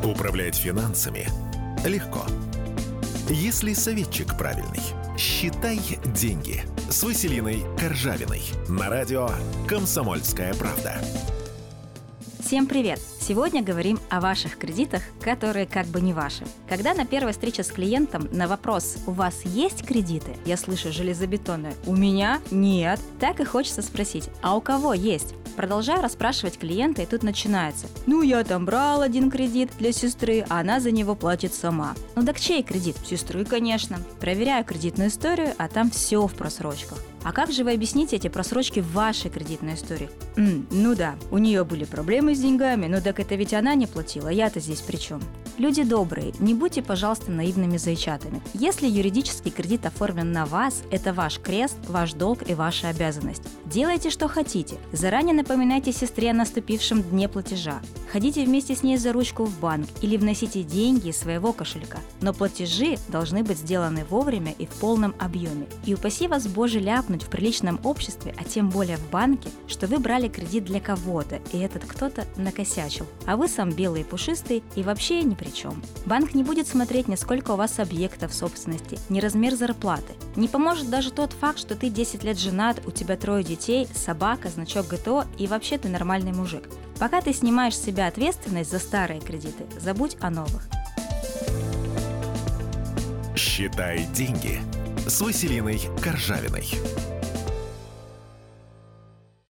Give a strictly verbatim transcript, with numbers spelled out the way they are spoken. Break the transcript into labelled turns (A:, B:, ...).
A: Управлять финансами легко. Если советчик правильный. «Считай деньги» с Василиной Коржавиной на радио «Комсомольская правда».
B: Всем привет! Сегодня говорим о ваших кредитах, которые как бы не ваши. Когда на первой встрече с клиентом на вопрос «У вас есть кредиты?» я слышу железобетонное «У меня нет», так и хочется спросить «А у кого есть?» Продолжаю расспрашивать клиента, и тут начинается. Ну, я там брал один кредит для сестры, а она за него платит сама. Ну так чей кредит? Сестры, конечно. Проверяю кредитную историю, а там все в просрочках. А как же вы объясните эти просрочки в вашей кредитной истории? М, ну да, у нее были проблемы с деньгами, но так это ведь она не платила, я-то здесь при чем? Люди добрые, не будьте, пожалуйста, наивными зайчатами. Если юридический кредит оформлен на вас, это ваш крест, ваш долг и ваша обязанность. Делайте, что хотите. Заранее напоминайте сестре о наступившем дне платежа. Ходите вместе с ней за ручку в банк или вносите деньги из своего кошелька. Но платежи должны быть сделаны вовремя и в полном объеме. И упаси вас, Боже, ляпнуть в приличном обществе, а тем более в банке, что вы брали кредит для кого-то, и этот кто-то накосячил. А вы сам белый и пушистый и вообще ни при чем. Банк не будет смотреть, ни сколько у вас объектов собственности, ни размер зарплаты. Не поможет даже тот факт, что ты десять лет женат, у тебя трое детей, собака, значок ГТО и вообще ты нормальный мужик. Пока ты снимаешь с себя ответственность за старые кредиты, забудь о новых.
A: «Считай деньги» с Василиной Коржавиной.